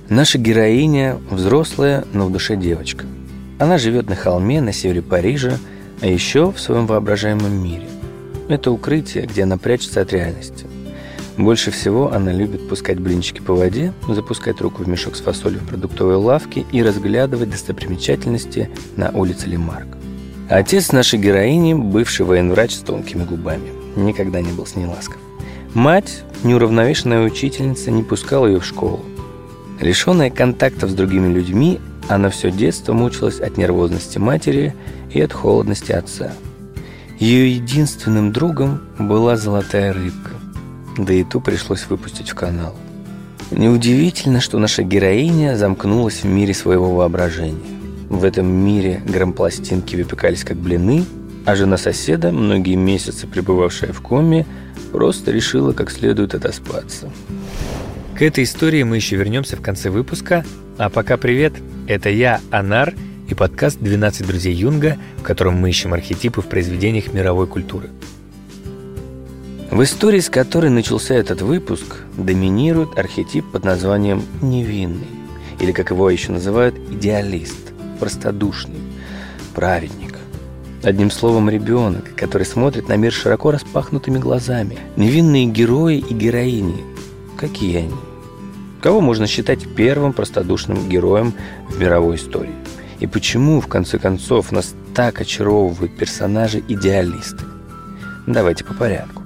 Наша героиня – взрослая, но в душе девочка. Она живет на холме на севере Парижа, а еще в своем воображаемом мире. Это укрытие, где она прячется от реальности. Больше всего она любит пускать блинчики по воде, запускать руку в мешок с фасолью в продуктовой лавке и разглядывать достопримечательности на улице Лемарк. Отец нашей героини – бывший военврач с тонкими губами. Никогда не был с ней ласков. Мать, неуравновешенная учительница, не пускала ее в школу. Лишенная контактов с другими людьми, она все детство мучилась от нервозности матери и от холодности отца. Ее единственным другом была золотая рыбка, да и ту пришлось выпустить в канал. Неудивительно, что наша героиня замкнулась в мире своего воображения. В этом мире грампластинки выпекались как блины, а жена соседа, многие месяцы пребывавшая в коме, просто решила как следует отоспаться. К этой истории мы еще вернемся в конце выпуска. А пока привет, это я, Анар, и подкаст «12 друзей Юнга», в котором мы ищем архетипы в произведениях мировой культуры. В истории, с которой начался этот выпуск, доминирует архетип под названием «невинный», или, как его еще называют, идеалист, простодушный, праведник. Одним словом, ребенок, который смотрит на мир широко распахнутыми глазами. Невинные герои и героини. Какие они? Кого можно считать первым простодушным героем в мировой истории? И почему, в конце концов, нас так очаровывают персонажи-идеалисты? Давайте по порядку.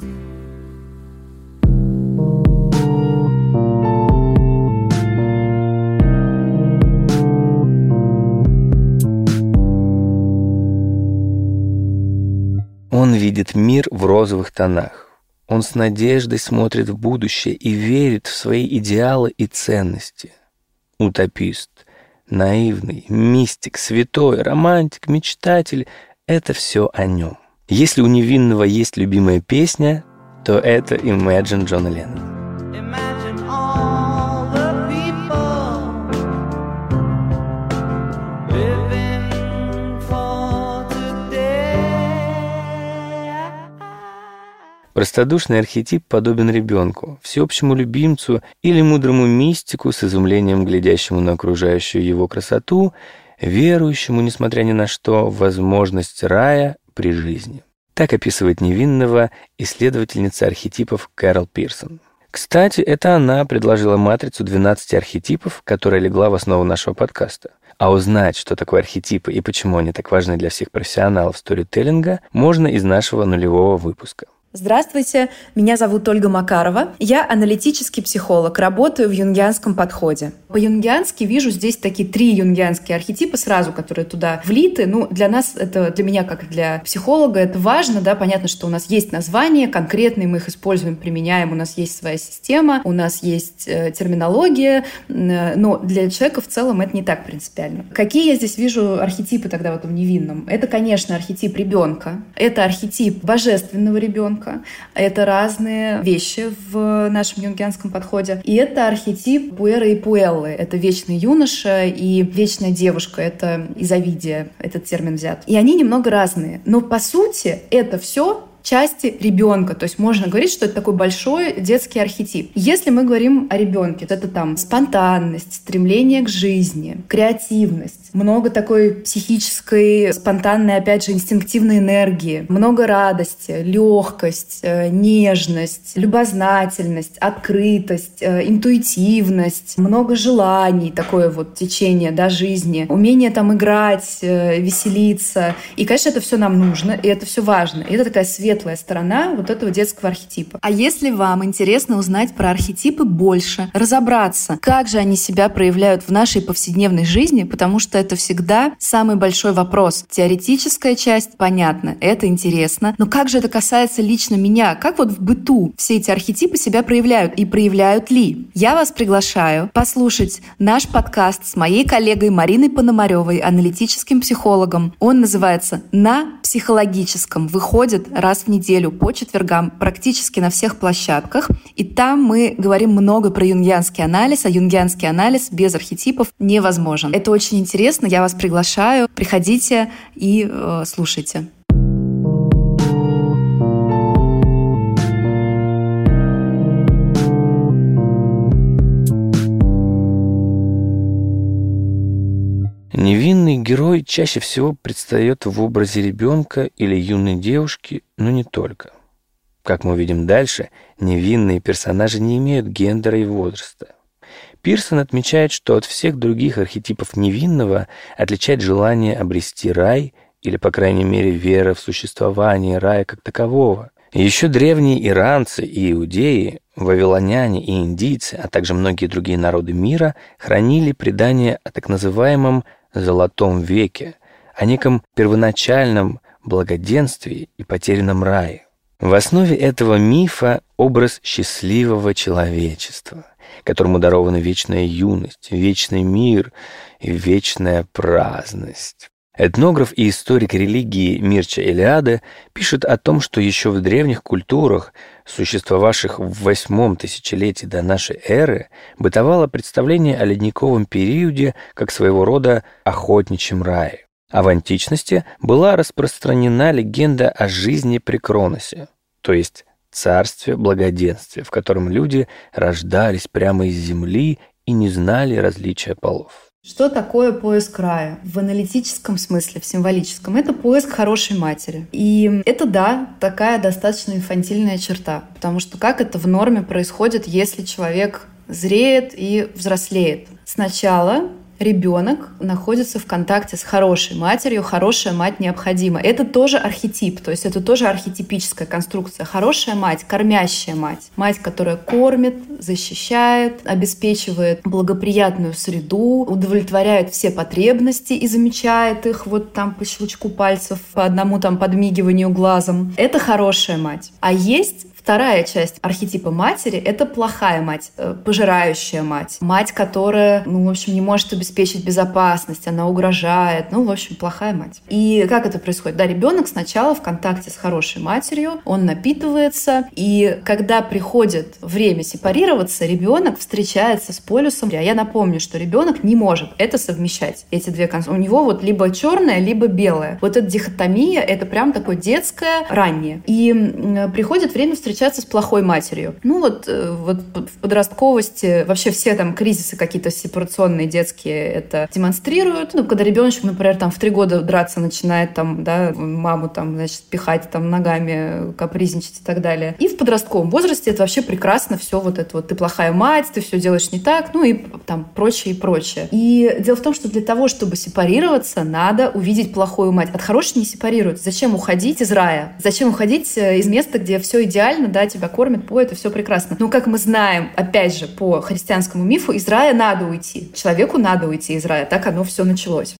Он видит мир в розовых тонах. Он с надеждой смотрит в будущее и верит в свои идеалы и ценности. Утопист, наивный, мистик, святой, романтик, мечтатель – это все о нем. Если у невинного есть любимая песня, то это Imagine Джона Леннона. Простодушный архетип подобен ребенку, всеобщему любимцу или мудрому мистику с изумлением глядящему на окружающую его красоту, верующему, несмотря ни на что, в возможность рая при жизни. Так описывает невинного исследовательница архетипов Кэрол Пирсон. Кстати, это она предложила матрицу 12 архетипов, которая легла в основу нашего подкаста. А узнать, что такое архетипы и почему они так важны для всех профессионалов сторителлинга, можно из нашего нулевого выпуска. Здравствуйте, меня зовут Ольга Макарова. Я аналитический психолог, работаю в юнгианском подходе. По-юнгиански вижу здесь такие 3 юнгианские архетипа сразу, которые туда влиты. Для нас, для меня, как для психолога, это важно, да, понятно, что у нас есть названия конкретные, мы их используем, применяем, у нас есть своя система, у нас есть терминология, но для человека в целом это не так принципиально. Какие я здесь вижу архетипы тогда в этом невинном? Это, конечно, архетип ребенка, это архетип божественного ребенка, это разные вещи в нашем юнгианском подходе. И это архетип пуэра и пуэллы. Это вечный юноша и вечная девушка. Это из Овидия этот термин взят. И они немного разные. Но по сути это все части ребенка. То есть можно говорить, что это такой большой детский архетип. Если мы говорим о ребенке, то это там спонтанность, стремление к жизни, креативность, много такой психической, спонтанной, опять же, инстинктивной энергии, много радости, легкость, нежность, любознательность, открытость, интуитивность, много желаний, такое вот течение, да, жизни, умение там играть, веселиться. И, конечно, это все нам нужно, и это все важно. И это такая светлая сторона вот этого детского архетипа. А если вам интересно узнать про архетипы больше, разобраться, как же они себя проявляют в нашей повседневной жизни, потому что это всегда самый большой вопрос. Теоретическая часть, понятно, это интересно, но как же это касается лично меня? Как вот в быту все эти архетипы себя проявляют и проявляют ли? Я вас приглашаю послушать наш подкаст с моей коллегой Мариной Пономаревой, аналитическим психологом. Он называется «На психологическом». Выходит раз в неделю по четвергам практически на всех площадках. И там мы говорим много про юнгианский анализ, а юнгианский анализ без архетипов невозможен. Это очень интересно, я вас приглашаю. Приходите и слушайте. Невинный герой чаще всего предстает в образе ребенка или юной девушки, но не только. Как мы увидим дальше, невинные персонажи не имеют гендера и возраста. Пирсон отмечает, что от всех других архетипов невинного отличает желание обрести рай или, по крайней мере, вера в существование рая как такового. Еще древние иранцы и иудеи, вавилоняне и индийцы, а также многие другие народы мира хранили предания о так называемом «золотом веке», о неком первоначальном благоденствии и потерянном рае. В основе этого мифа образ счастливого человечества, которому дарована вечная юность, вечный мир и вечная праздность. Этнограф и историк религии Мирча Элиаде пишет о том, что еще в древних культурах, существовавших в 8 тысячелетии до нашей эры, бытовало представление о ледниковом периоде как своего рода охотничьем рае. А в античности была распространена легенда о жизни при Кроносе, то есть царстве благоденствия, в котором люди рождались прямо из земли и не знали различия полов. Что такое поиск рая? В аналитическом смысле, в символическом. Это поиск хорошей матери. И это, да, такая достаточно инфантильная черта. Потому что как это в норме происходит, если человек зреет и взрослеет? Сначала ребенок находится в контакте с хорошей матерью, хорошая мать необходима. Это тоже архетип, то есть это тоже архетипическая конструкция. Хорошая мать, кормящая мать. Мать, которая кормит, защищает, обеспечивает благоприятную среду, удовлетворяет все потребности и замечает их вот там по щелчку пальцев, по одному там подмигиванию глазом. Это хорошая мать. А есть вторая часть архетипа матери — это плохая мать, пожирающая мать. Мать, которая, в общем, не может обеспечить безопасность, она угрожает. В общем, плохая мать. И как это происходит? Да, ребенок сначала в контакте с хорошей матерью, он напитывается, и когда приходит время сепарироваться, ребенок встречается с полюсом. Я напомню, что ребенок не может это совмещать, эти две конструкции. У него вот либо черное, либо белое. Вот эта дихотомия — это прям такое детское, раннее. И приходит время встречаться с плохой матерью. Вот в подростковости вообще все там кризисы какие-то сепарационные детские это демонстрируют. Когда ребеночек, например, там в 3 года драться начинает, там, да, маму там, значит, пихать там ногами, капризничать и так далее. И в подростковом возрасте это вообще прекрасно все вот это вот: ты плохая мать, ты все делаешь не так, и там прочее и прочее. И дело в том, что для того, чтобы сепарироваться, надо увидеть плохую мать. От хорошей не сепарируют. Зачем уходить из рая? Зачем уходить из места, где все идеально, да, тебя кормят, поют, и все прекрасно. Но, как мы знаем, опять же, по христианскому мифу, из рая надо уйти. Человеку надо уйти из рая. Так оно все началось.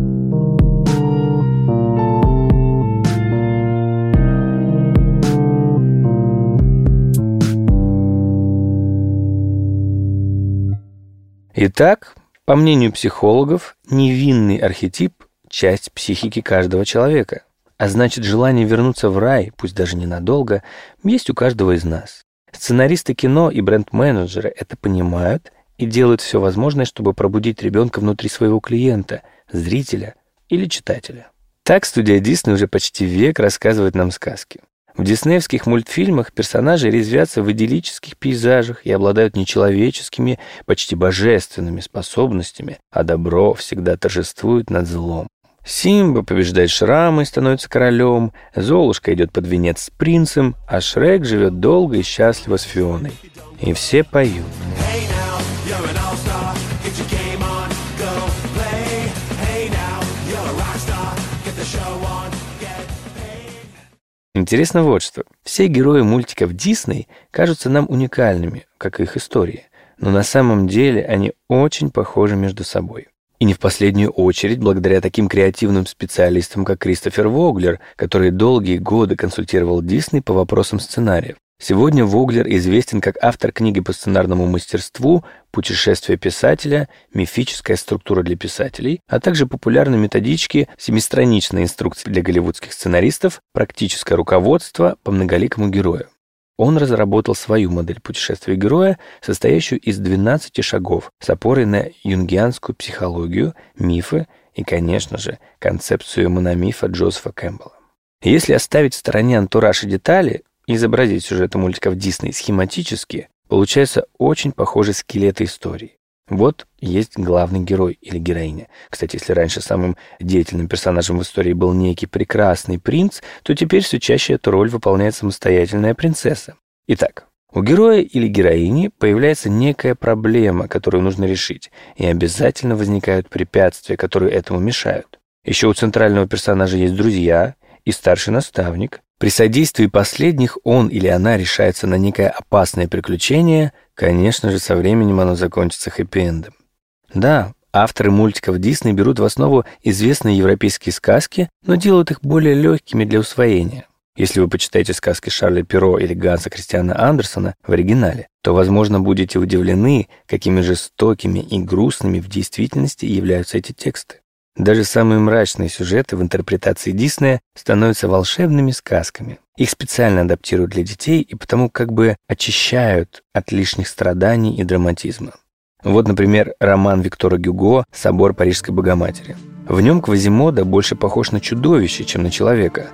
Итак, по мнению психологов, невинный архетип – часть психики каждого человека. А значит, желание вернуться в рай, пусть даже ненадолго, есть у каждого из нас. Сценаристы кино и бренд-менеджеры это понимают и делают все возможное, чтобы пробудить ребенка внутри своего клиента, зрителя или читателя. Так студия Disney уже почти век рассказывает нам сказки. В диснеевских мультфильмах персонажи резвятся в идиллических пейзажах и обладают нечеловеческими, почти божественными способностями, а добро всегда торжествует над злом. Симба побеждает шрамы и становится королем, Золушка идет под венец с принцем, а Шрек живет долго и счастливо с Фионой. И все поют. Интересно вот что. Все герои мультиков Дисней кажутся нам уникальными, как и их истории, но на самом деле они очень похожи между собой. И не в последнюю очередь благодаря таким креативным специалистам, как Кристофер Воглер, который долгие годы консультировал Дисней по вопросам сценариев. Сегодня Воглер известен как автор книги по сценарному мастерству «Путешествие писателя. Мифическая структура для писателей», а также популярной методички «7-страничная инструкция для голливудских сценаристов. Практическое руководство по многоликому герою». Он разработал свою модель путешествия героя, состоящую из 12 шагов с опорой на юнгианскую психологию, мифы и, конечно же, концепцию мономифа Джозефа Кэмпбелла. Если оставить в стороне антураж и детали и изобразить сюжеты мультиков Дисней схематически, получаются очень похожие скелеты историй. Вот есть главный герой или героиня. Кстати, если раньше самым деятельным персонажем в истории был некий прекрасный принц, то теперь все чаще эту роль выполняет самостоятельная принцесса. Итак, у героя или героини появляется некая проблема, которую нужно решить, и обязательно возникают препятствия, которые этому мешают. Еще у центрального персонажа есть друзья и старший наставник. При содействии последних он или она решается на некое опасное приключение. Конечно же, со временем оно закончится хэппи-эндом. Да, авторы мультиков Дисней берут в основу известные европейские сказки, но делают их более легкими для усвоения. Если вы почитаете сказки Шарля Перро или Ганса Кристиана Андерсена в оригинале, то, возможно, будете удивлены, какими жестокими и грустными в действительности являются эти тексты. Даже самые мрачные сюжеты в интерпретации Диснея становятся волшебными сказками. Их специально адаптируют для детей и потому как бы очищают от лишних страданий и драматизма. Вот, например, роман Виктора Гюго «Собор Парижской Богоматери». В нем Квазимода больше похож на чудовище, чем на человека.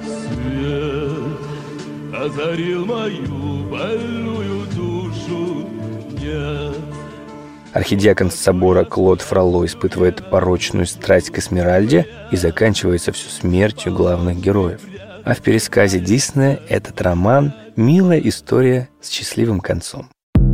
Свет озарил мою больную душу, нет. Архидиакон собора Клод Фролло испытывает порочную страсть к Эсмеральде и заканчивается все смертью главных героев. А в пересказе Диснея этот роман – милая история с счастливым концом.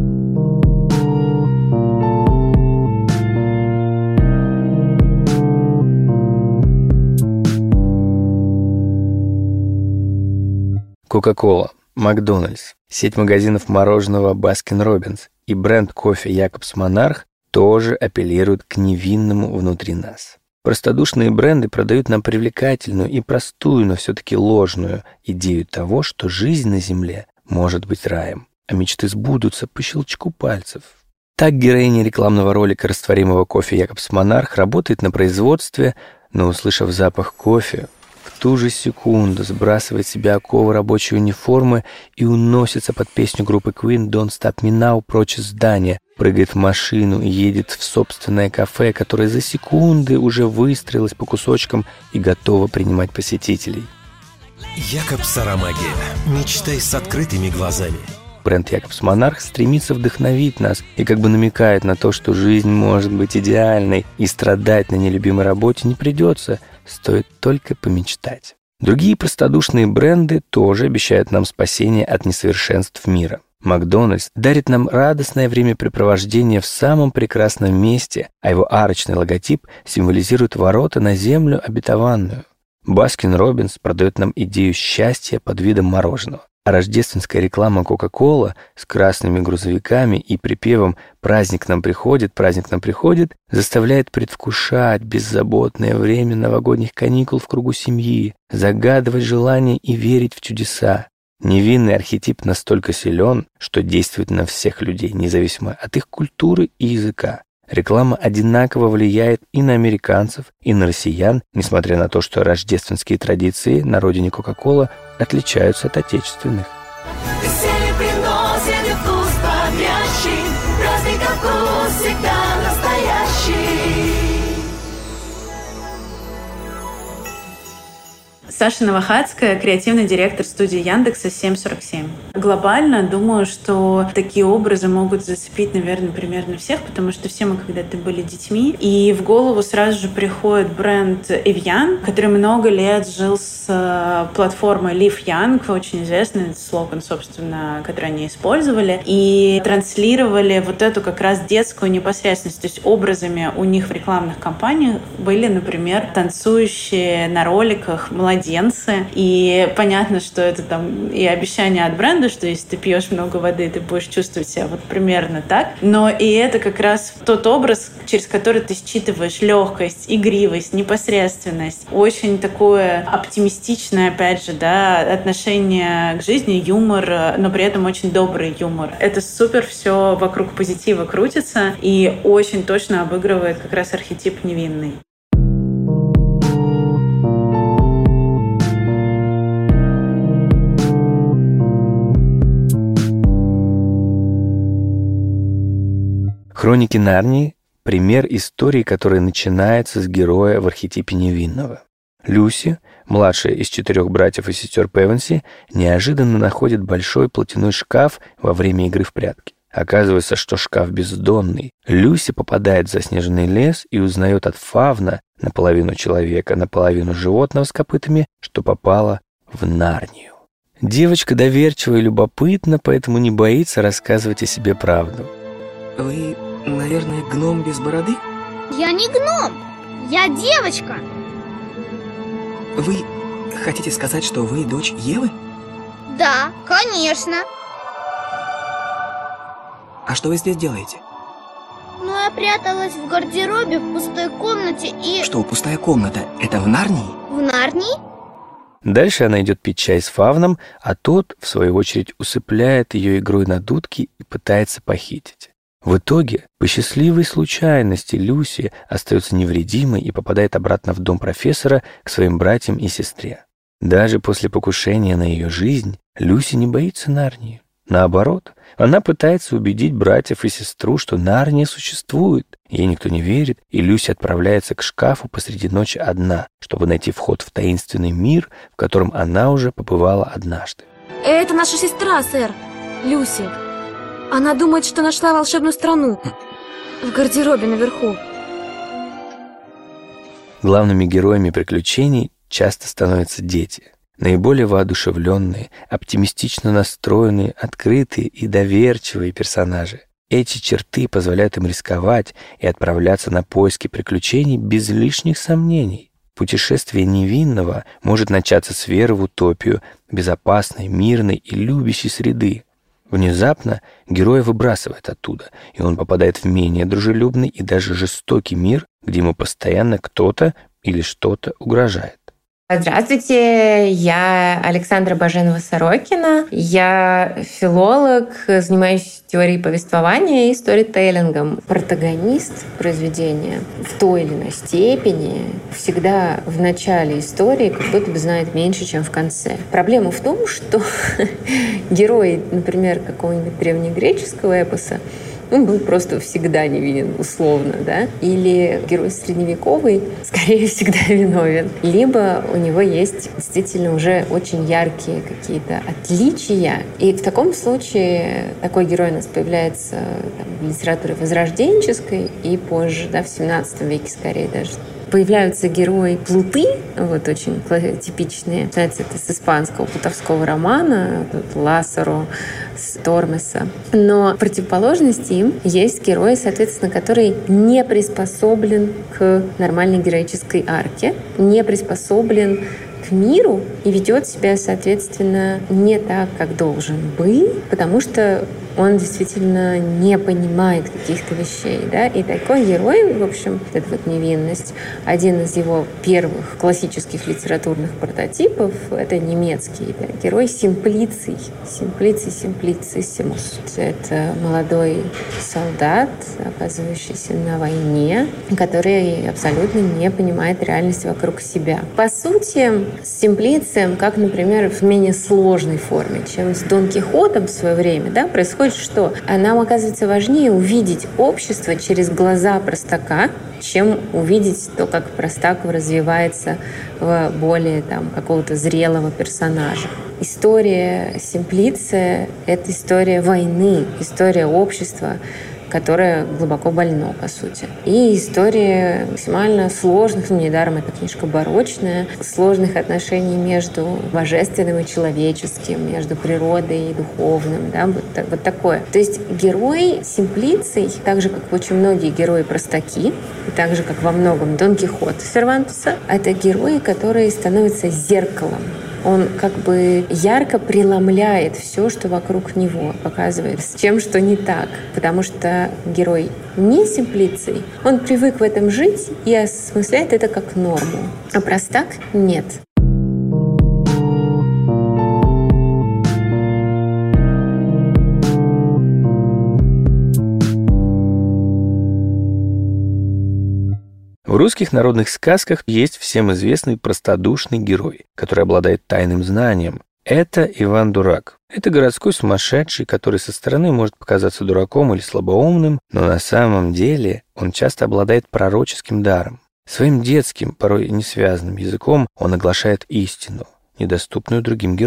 Кока-кола, Макдональдс, сеть магазинов мороженого Баскин-Роббинс и бренд кофе Якобс Монарх тоже апеллируют к невинному внутри нас. Простодушные бренды продают нам привлекательную и простую, но все-таки ложную идею того, что жизнь на земле может быть раем, а мечты сбудутся по щелчку пальцев. Так героиня рекламного ролика растворимого кофе Якобс Монарх работает на производстве, но, услышав запах кофе, в ту же секунду сбрасывает с себя оковы рабочей униформы и уносится под песню группы Queen «Don't Stop Me Now» прочь из здания, прыгает в машину и едет в собственное кафе, которое за секунды уже выстроилось по кусочкам и готово принимать посетителей. Якобс Аромагия. Мечтай с открытыми глазами. Бренд Якобс Монарх стремится вдохновить нас и как бы намекает на то, что жизнь может быть идеальной, и страдать на нелюбимой работе не придется, стоит только помечтать. Другие простодушные бренды тоже обещают нам спасение от несовершенств мира. Макдональдс дарит нам радостное времяпрепровождение в самом прекрасном месте, а его арочный логотип символизирует ворота на землю обетованную. Баскин-Роббинс продает нам идею счастья под видом мороженого. А рождественская реклама Кока-Кола с красными грузовиками и припевом праздник нам приходит» заставляет предвкушать беззаботное время новогодних каникул в кругу семьи, загадывать желания и верить в чудеса. Невинный архетип настолько силен, что действует на всех людей, независимо от их культуры и языка. Реклама одинаково влияет и на американцев, и на россиян, несмотря на то, что рождественские традиции на родине Кока-Кола отличаются от отечественных. Веселье приносит вкус бодрящий, праздников вкус всегда настоящий. Саша Новохадская, креативный директор студии Яндекса 747. Глобально думаю, что такие образы могут зацепить, наверное, примерно всех, потому что все мы когда-то были детьми. И в голову сразу же приходит бренд Evian, который много лет жил с платформой Live Young, очень известный слоган, собственно, который они использовали, и транслировали вот эту как раз детскую непосредственность. То есть образами у них в рекламных кампаниях были, например, танцующие на роликах младенцы. И понятно, что это там и обещание от бренда, что если ты пьешь много воды, ты будешь чувствовать себя вот примерно так. Но и это как раз тот образ, через который ты считываешь легкость, игривость, непосредственность. Очень такое оптимистичное, опять же, да, отношение к жизни, юмор, но при этом очень добрый юмор. Это супер, все вокруг позитива крутится и очень точно обыгрывает как раз архетип невинный. Хроники Нарнии – пример истории, которая начинается с героя в архетипе невинного. Люси, младшая из 4 братьев и сестер Певенси, неожиданно находит большой платяной шкаф во время игры в прятки. Оказывается, что шкаф бездонный. Люси попадает в заснеженный лес и узнает от фавна, наполовину человека, наполовину животного с копытами, что попала в Нарнию. Девочка доверчива и любопытна, поэтому не боится рассказывать о себе правду. Вы, наверное, гном без бороды? Я не гном, я девочка. Вы хотите сказать, что вы дочь Евы? Да, конечно. А что вы здесь делаете? Ну, я пряталась в гардеробе в пустой комнате и... Что, пустая комната? Это в Нарнии? В Нарнии? Дальше она идет пить чай с фавном, а тот, в свою очередь, усыпляет ее игрой на дудке и пытается похитить. В итоге, по счастливой случайности, Люси остается невредимой и попадает обратно в дом профессора к своим братьям и сестре. Даже после покушения на ее жизнь Люси не боится Нарнии. Наоборот, она пытается убедить братьев и сестру, что Нарния существует. Ей никто не верит, и Люси отправляется к шкафу посреди ночи одна, чтобы найти вход в таинственный мир, в котором она уже побывала однажды. Это наша сестра, сэр, Люси. Она думает, что нашла волшебную страну в гардеробе наверху. Главными героями приключений часто становятся дети. Наиболее воодушевленные, оптимистично настроенные, открытые и доверчивые персонажи. Эти черты позволяют им рисковать и отправляться на поиски приключений без лишних сомнений. Путешествие невинного может начаться с веры в утопию, безопасной, мирной и любящей среды. Внезапно героя выбрасывает оттуда, и он попадает в менее дружелюбный и даже жестокий мир, где ему постоянно кто-то или что-то угрожает. Здравствуйте, я Александра Баженова-Сорокина. Я филолог, занимаюсь теорией повествования и сторителлингом. Протагонист произведения в той или иной степени всегда в начале истории как будто бы знает меньше, чем в конце. Проблема в том, что герой, например, какого-нибудь древнегреческого эпоса, он был просто всегда невинен, условно, да? Или герой средневековый, скорее, всегда виновен. Либо у него есть действительно уже очень яркие какие-то отличия. И в таком случае такой герой у нас появляется в литературе возрожденческой и позже, да, в 17 веке скорее даже. Появляются герои плуты, вот очень типичные. Знаете, это с испанского плутовского романа, Лассаро, с Тормеса. Но в противоположности им есть герой, соответственно, который не приспособлен к нормальной героической арке, не приспособлен к миру и ведет себя, соответственно, не так, как должен бы, потому что он действительно не понимает каких-то вещей, да, и такой герой, в общем, эта вот невинность, один из его первых классических литературных прототипов, это немецкий, да, герой Симплиций, Симплициссимус. Это молодой солдат, оказывающийся на войне, который абсолютно не понимает реальность вокруг себя. По сути, с Симплицием, как, например, в менее сложной форме, чем с Дон Кихотом в свое время, да, происходит что? Нам оказывается важнее увидеть общество через глаза простака, чем увидеть то, как простак развивается в более там, какого-то зрелого персонажа. История Симплиция — это история войны, история общества, которое глубоко больно, по сути. И история максимально сложных, недаром эта книжка барочная, сложных отношений между божественным и человеческим, между природой и духовным, да, вот такое. То есть герой Симплиций, так же, как очень многие герои-простаки, и так же, как во многом Дон Кихот Сервантеса, это герои, которые становятся зеркалом. Он как бы ярко преломляет все, что вокруг него, показывает, с чем что не так. Потому что герой не Симплиций, он привык в этом жить и осмысляет это как норму. А простак — нет. В русских народных сказках есть всем известный простодушный герой, который обладает тайным знанием. Это Иван Дурак. Это городской сумасшедший, который со стороны может показаться дураком или слабоумным, но на самом деле он часто обладает пророческим даром. Своим детским, порой несвязанным языком он оглашает истину, недоступную другим героям.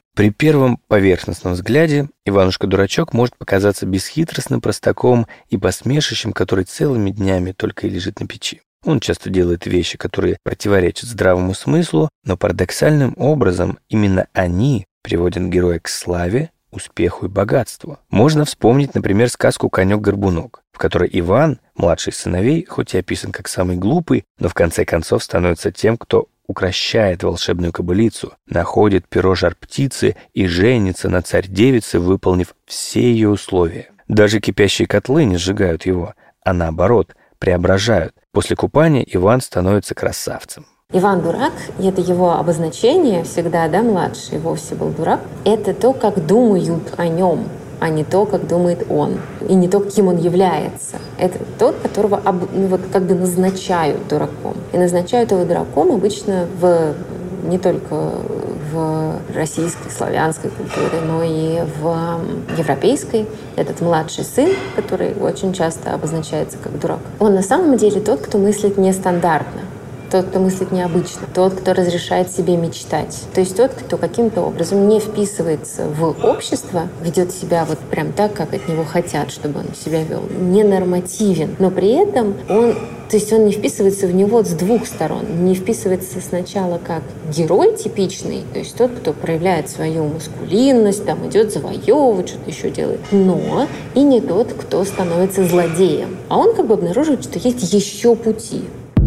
При первом поверхностном взгляде Иванушка-дурачок может показаться бесхитростным простаком и посмешищем, который целыми днями только и лежит на печи. Он часто делает вещи, которые противоречат здравому смыслу, но парадоксальным образом именно они приводят героя к славе, успеху и богатству. Можно вспомнить, например, сказку «Конек-горбунок», в которой Иван, младший из сыновей, хоть и описан как самый глупый, но в конце концов становится тем, кто укращает волшебную кобылицу, находит перо жар-птицы и женится на царь-девице, выполнив все ее условия. Даже кипящие котлы не сжигают его, а наоборот, преображают. После купания Иван становится красавцем. Иван дурак, и это его обозначение всегда, да, младший вовсе был дурак. Это то, как думают о нем, а не то, как думает он. И не то, кем он является. Это тот, которого назначают дураком. И назначают его дураком обычно не только в российской, славянской культуре, но и в европейской. Этот младший сын, который очень часто обозначается как дурак, он на самом деле тот, кто мыслит нестандартно. Тот, кто мыслит необычно, тот, кто разрешает себе мечтать. То есть тот, кто каким-то образом не вписывается в общество, ведет себя вот прям так, как от него хотят, чтобы он себя вел. Ненормативен, но при этом он не вписывается в него с двух сторон. Не вписывается сначала как герой типичный, то есть тот, кто проявляет свою маскулинность, там идет завоевывать, что-то еще делает, но и не тот, кто становится злодеем. А он как бы обнаруживает, что есть еще пути.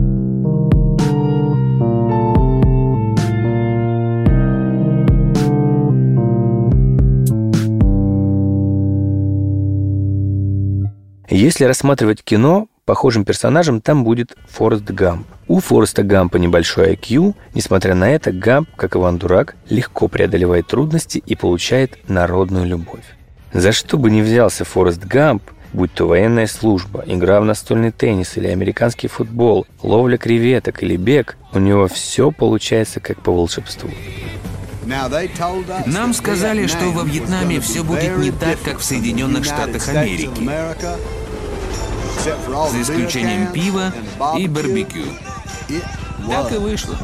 Если рассматривать кино, похожим персонажем там будет Форест Гамп. У Фореста Гампа небольшой IQ, несмотря на это, Гамп, как Иван Дурак, легко преодолевает трудности и получает народную любовь. За что бы ни взялся Форест Гамп, будь то военная служба, игра в настольный теннис или американский футбол, ловля креветок или бег, у него все получается как по волшебству. Нам сказали, что во Вьетнаме все будет не так, как в Соединенных Штатах Америки. За исключением пива и барбекю. Так и вышло.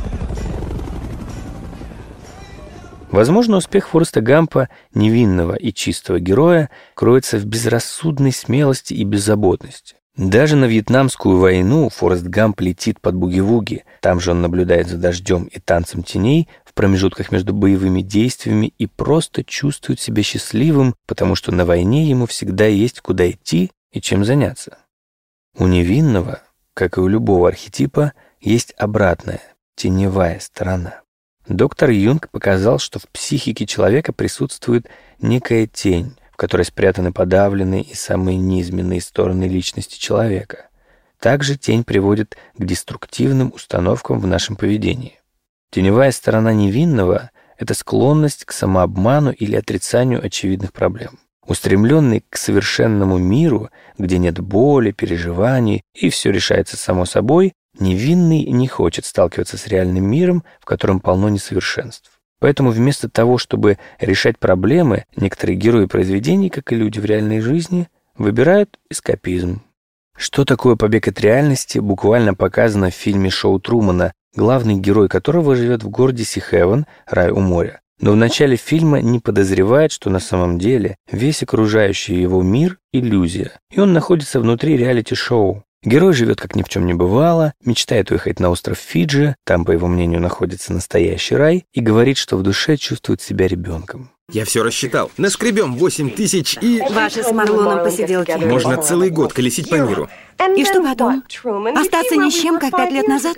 Возможно, успех Фореста Гампа, невинного и чистого героя, кроется в безрассудной смелости и беззаботности. Даже на Вьетнамскую войну Форест Гамп летит под буги-вуги, там же он наблюдает за дождем и танцем теней в промежутках между боевыми действиями и просто чувствует себя счастливым, потому что на войне ему всегда есть куда идти и чем заняться. У невинного, как и у любого архетипа, есть обратная, теневая сторона. Доктор Юнг показал, что в психике человека присутствует некая тень, в которой спрятаны подавленные и самые низменные стороны личности человека. Также тень приводит к деструктивным установкам в нашем поведении. Теневая сторона невинного — это склонность к самообману или отрицанию очевидных проблем. Устремленный к совершенному миру, где нет боли, переживаний и все решается само собой, невинный не хочет сталкиваться с реальным миром, в котором полно несовершенств. Поэтому вместо того, чтобы решать проблемы, некоторые герои произведений, как и люди в реальной жизни, выбирают эскапизм. Что такое побег от реальности, буквально показано в фильме «Шоу Трумана», главный герой которого живет в городе Си-Хевен, рай у моря. Но в начале фильма не подозревает, что на самом деле весь окружающий его мир – иллюзия, и он находится внутри реалити-шоу. Герой живет как ни в чем не бывало, мечтает уехать на остров Фиджи, там, по его мнению, находится настоящий рай, и говорит, что в душе чувствует себя ребенком. Я все рассчитал. Наскребем 8000 и... Ваши с Марлоном посиделки. Можно целый год колесить по миру. И что потом? Остаться ни с чем, как 5 лет назад?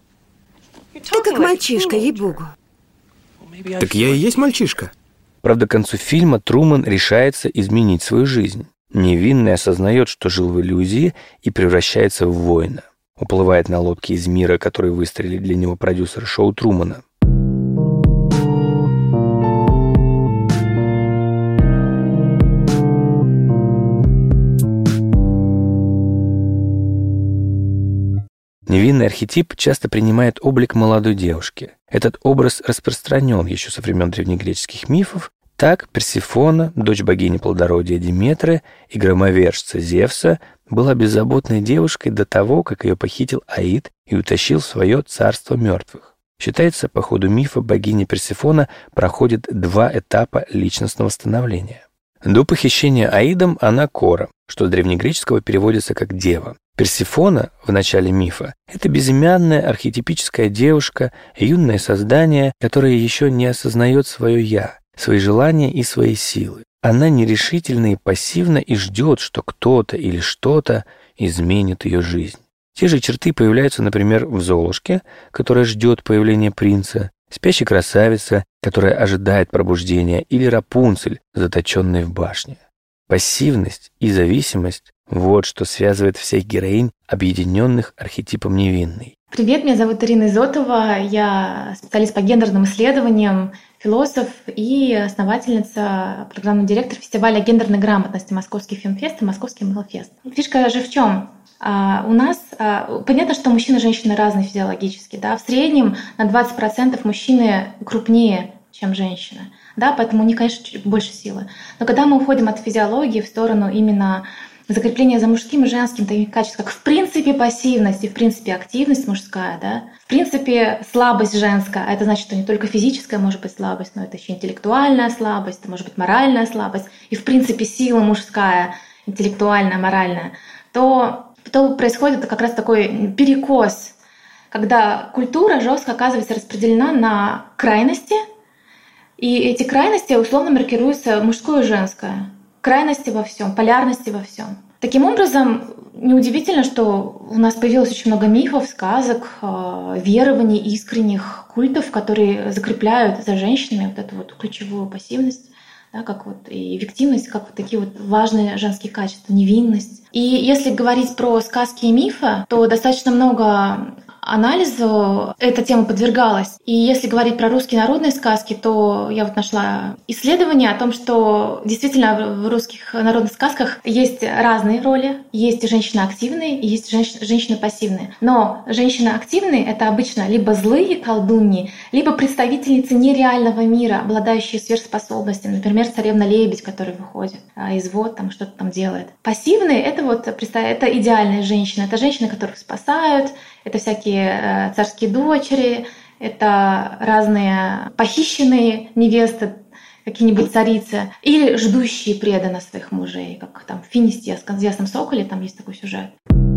Ты как мальчишка, ей-богу. Так я и есть мальчишка. Правда, к концу фильма Труман решается изменить свою жизнь. Невинный осознает, что жил в иллюзии, и превращается в воина. Уплывает на лодке из мира, который выстроили для него продюсеры шоу Трумана. Невинный архетип часто принимает облик молодой девушки. Этот образ распространен еще со времен древнегреческих мифов. Так Персефона, дочь богини плодородия Диметры и громовержца Зевса, была беззаботной девушкой до того, как ее похитил Аид и утащил в свое царство мертвых. Считается, по ходу мифа богиня Персефона проходит 2 этапа личностного становления. До похищения Аидом она Кора, что с древнегреческого переводится как «дева». Персефона в начале мифа – это безымянная архетипическая девушка, юное создание, которое еще не осознает свое «я», свои желания и свои силы. Она нерешительна и пассивна и ждет, что кто-то или что-то изменит ее жизнь. Те же черты появляются, например, в Золушке, которая ждет появления принца, спящей красавице, которая ожидает пробуждения, или Рапунцель, заточенной в башне. Пассивность и зависимость – вот что связывает всех героинь, объединенных архетипом невинной. Привет, меня зовут Ирина Изотова, я специалист по гендерным исследованиям, философ и основательница, программный директор фестиваля гендерной грамотности «Московский фильмфест» и «Московский Мелфест». Фишка же в чем? У нас понятно, что мужчины и женщины разные физиологически. Да? В среднем на 20% мужчины крупнее, чем женщины. Да? Поэтому у них, конечно, чуть больше силы. Но когда мы уходим от физиологии в сторону именно закрепления за мужским и женским таких качеств, как в принципе пассивность и в принципе активность мужская, да? В принципе слабость женская, это значит, что не только физическая может быть слабость, но это еще интеллектуальная слабость, это может быть моральная слабость, и в принципе сила мужская, интеллектуальная, моральная, то происходит как раз такой перекос, когда культура жестко оказывается распределена на крайности, и эти крайности условно маркируются мужское и женское. Крайности во всем, полярности во всем. Таким образом, неудивительно, что у нас появилось очень много мифов, сказок, верований, искренних культов, которые закрепляют за женщинами вот эту вот ключевую пассивность, да, как вот и эффективность, как вот такие вот важные женские качества, невинность. И если говорить про сказки и мифы, то достаточно много анализу эта тема подвергалась. И если говорить про русские народные сказки, то я вот нашла исследование о том, что действительно в русских народных сказках есть разные роли. Есть женщины активные и есть женщины пассивные. Но женщины активные — это обычно либо злые колдуньи, либо представительницы нереального мира, обладающие сверхспособностями. Например, царевна-лебедь, которая выходит из вод, там что-то там делает. Пассивные — это идеальная женщина. Это женщины, которых спасают, это всякие царские дочери, это разные похищенные невесты, какие-нибудь царицы, или ждущие преданно своих мужей, как там в «Финисте» с «Ясном соколе», там есть такой сюжет.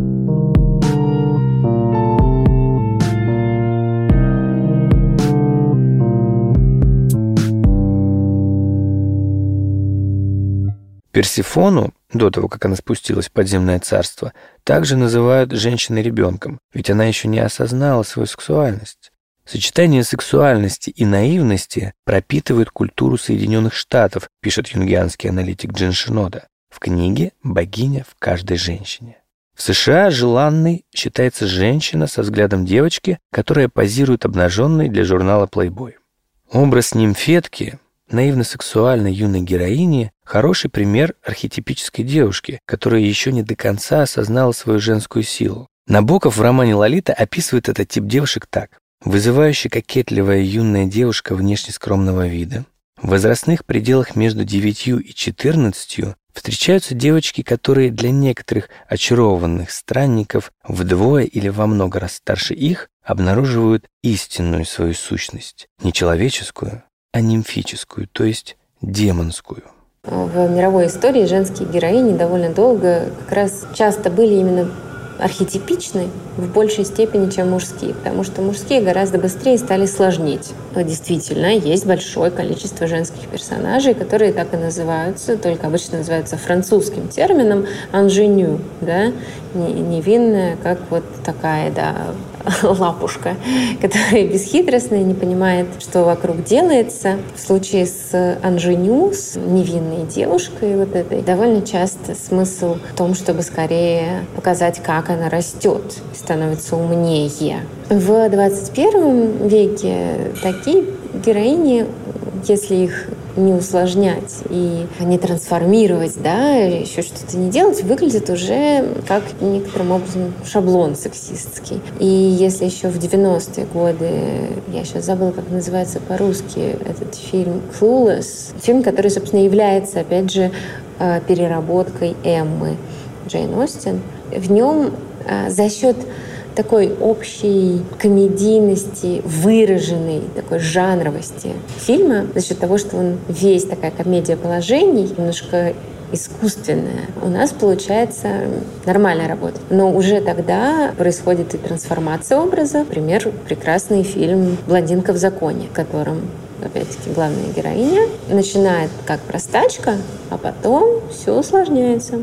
Персефону, до того, как она спустилась в подземное царство, также называют женщиной-ребенком, ведь она еще не осознала свою сексуальность. Сочетание сексуальности и наивности пропитывает культуру Соединенных Штатов, пишет юнгианский аналитик Джин Шинода в книге «Богиня в каждой женщине». В США желанной считается женщина со взглядом девочки, которая позирует обнаженной для журнала Playboy. Образ нимфетки, наивно-сексуальной юной героини, хороший пример архетипической девушки, которая еще не до конца осознала свою женскую силу. Набоков в романе «Лолита» описывает этот тип девушек так. Вызывающая кокетливая юная девушка внешне скромного вида. В возрастных пределах между 9 и 14 встречаются девочки, которые для некоторых очарованных странников вдвое или во много раз старше их обнаруживают истинную свою сущность, не человеческую, а нимфическую, то есть демонскую. В мировой истории женские героини довольно долго как раз часто были именно архетипичны в большей степени, чем мужские, потому что мужские гораздо быстрее стали сложнеть. Действительно, есть большое количество женских персонажей, которые так и называются, только обычно называются французским термином «инженю», да, невинная, как вот такая, да, лапушка, которая бесхитростная, не понимает, что вокруг делается. В случае с инженю, с невинной девушкой вот этой, довольно часто смысл в том, чтобы скорее показать, как она растет, становится умнее. В 21 веке такие героини, если их не усложнять и не трансформировать, да, еще что-то не делать, выглядит уже как некоторым образом шаблон сексистский. И если еще в 90-е годы, я сейчас забыла, как называется по-русски этот фильм «Clueless», фильм, который, собственно, является, опять же, переработкой Эммы Джейн Остин, в нем за счет такой общей комедийности, выраженной такой жанровости фильма, за счет того, что он весь такая комедия положений, немножко искусственная, у нас получается нормальная работа. Но уже тогда происходит и трансформация образа. Например, прекрасный фильм «Блондинка в законе», в котором, опять-таки, главная героиня начинает как простачка, а потом все усложняется.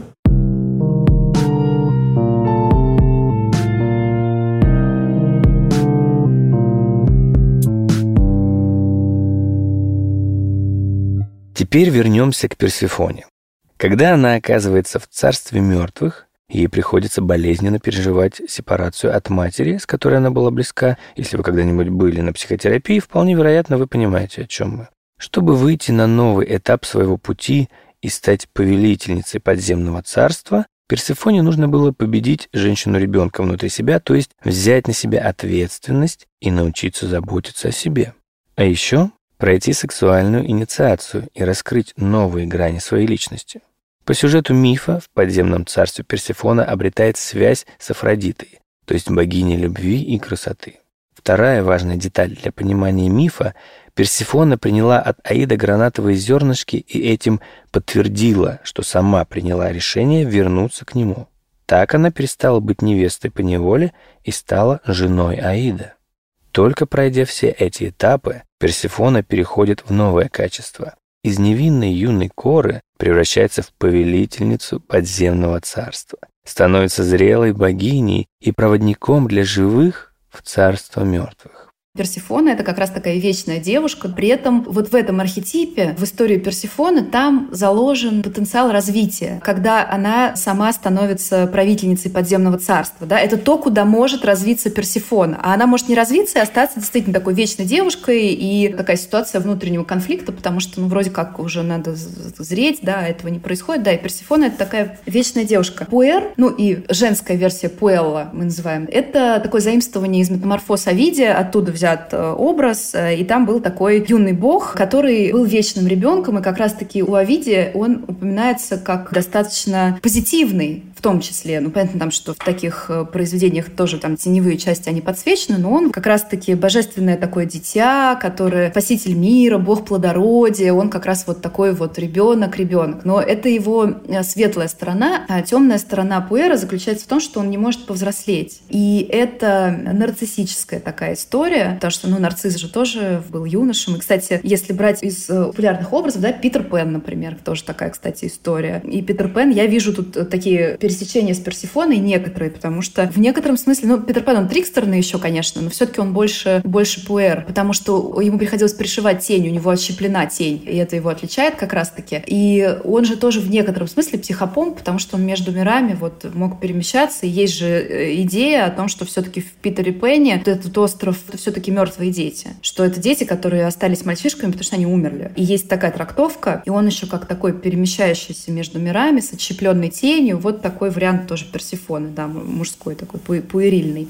Теперь вернемся к Персефоне. Когда она оказывается в царстве мертвых, ей приходится болезненно переживать сепарацию от матери, с которой она была близка. Если вы когда-нибудь были на психотерапии, вполне вероятно, вы понимаете, о чем мы. Чтобы выйти на новый этап своего пути и стать повелительницей подземного царства, Персефоне нужно было победить женщину-ребенка внутри себя, то есть взять на себя ответственность и научиться заботиться о себе. А еще пройти сексуальную инициацию и раскрыть новые грани своей личности. По сюжету мифа в подземном царстве Персефона обретает связь с Афродитой, то есть богиней любви и красоты. Вторая важная деталь для понимания мифа – Персефона приняла от Аида гранатовые зернышки и этим подтвердила, что сама приняла решение вернуться к нему. Так она перестала быть невестой по неволе и стала женой Аида. Только пройдя все эти этапы, Персефона переходит в новое качество. Из невинной юной Коры превращается в повелительницу подземного царства, становится зрелой богиней и проводником для живых в царство мертвых. Персефона — это как раз такая вечная девушка. При этом вот в этом архетипе, в истории Персефоны, там заложен потенциал развития, когда она сама становится правительницей подземного царства. Да? Это то, куда может развиться Персефона. А она может не развиться и остаться действительно такой вечной девушкой, и такая ситуация внутреннего конфликта, потому что, вроде как уже надо зреть, да, этого не происходит. Да, и Персефона — это такая вечная девушка. Пуэр, и женская версия Пуэлла мы называем, это такое заимствование из метаморфоз Овидия, оттуда взят образ, и там был такой юный бог, который был вечным ребенком, и как раз-таки у Овидия он упоминается как достаточно позитивный, в том числе. Понятно там, что в таких произведениях тоже там теневые части, они подсвечены, но он как раз-таки божественное такое дитя, которое спаситель мира, бог плодородия, он как раз вот такой вот ребенок. Но это его светлая сторона, а темная сторона Пуэра заключается в том, что он не может повзрослеть. И это нарциссическая такая история, потому что, нарцисс же тоже был юношем. И, кстати, если брать из популярных образов, да, Питер Пэн, например, тоже такая, кстати, история. И Питер Пэн, я вижу тут такие пересечения с Персефоной некоторые, потому что в некотором смысле, Питер Пэн, он трикстерный еще, конечно, но все-таки он больше Пуэр, потому что ему приходилось пришивать тень, у него отщеплена тень, и это его отличает как раз-таки. И он же тоже в некотором смысле психопомп, потому что он между мирами вот мог перемещаться, и есть же идея о том, что все-таки в Питере Пэне вот этот остров — это все-таки мертвые дети, что это дети, которые остались мальчишками, потому что они умерли. И есть такая трактовка, и он еще как такой перемещающийся между мирами с отщепленной тенью, вот такой вариант тоже Персефоны, да, мужской такой, пуэрильный.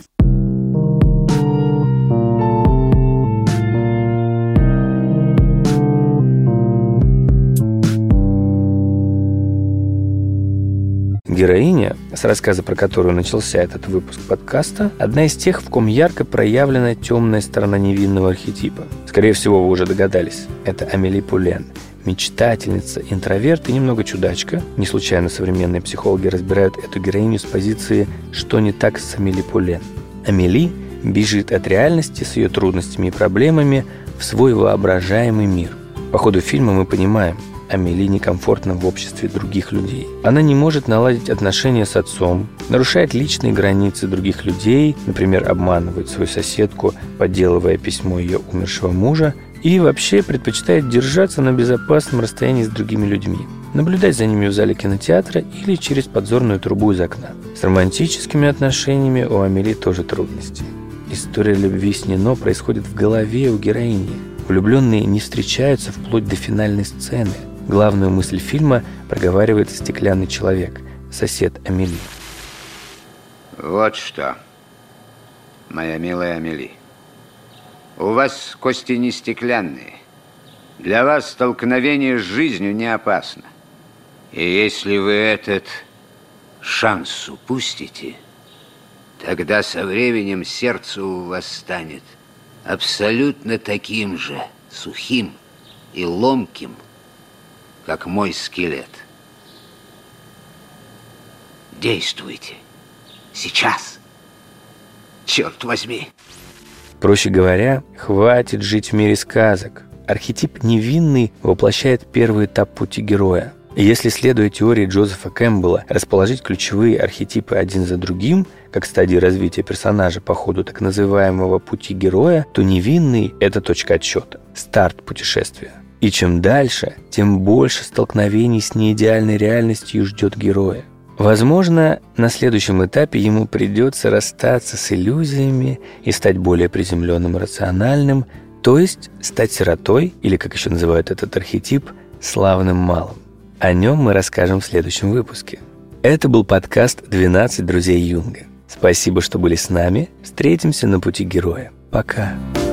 Героиня, с рассказа про которую начался этот выпуск подкаста, одна из тех, в ком ярко проявлена темная сторона невинного архетипа. Скорее всего, вы уже догадались. Это Амели Пулен. Мечтательница, интроверт и немного чудачка. Не случайно современные психологи разбирают эту героиню с позиции «что не так с Амели Пулен». Амели бежит от реальности с ее трудностями и проблемами в свой воображаемый мир. По ходу фильма мы понимаем, Амели некомфортна в обществе других людей. Она не может наладить отношения с отцом, нарушает личные границы других людей, например, обманывает свою соседку, подделывая письмо ее умершего мужа, и вообще предпочитает держаться на безопасном расстоянии с другими людьми, наблюдать за ними в зале кинотеатра или через подзорную трубу из окна. С романтическими отношениями у Амели тоже трудности. История любви с Нино происходит в голове у героини. Влюбленные не встречаются вплоть до финальной сцены. Главную мысль фильма проговаривает стеклянный человек, сосед Амели. Вот что, моя милая Амели. У вас кости не стеклянные. Для вас столкновение с жизнью не опасно. И если вы этот шанс упустите, Тогда со временем сердце у вас станет абсолютно таким же, сухим и ломким, как мой скелет. Действуйте. Сейчас. Черт возьми. Проще говоря, хватит жить в мире сказок. Архетип невинный воплощает первый этап пути героя. И если, следуя теории Джозефа Кэмпбелла, расположить ключевые архетипы один за другим, как стадии развития персонажа по ходу так называемого пути героя, то невинный – это точка отсчета, старт путешествия. И чем дальше, тем больше столкновений с неидеальной реальностью ждет героя. Возможно, на следующем этапе ему придется расстаться с иллюзиями и стать более приземленным и рациональным, то есть стать сиротой, или, как еще называют этот архетип, славным малым. О нем мы расскажем в следующем выпуске. Это был подкаст «12 друзей Юнга». Спасибо, что были с нами. Встретимся на пути героя. Пока.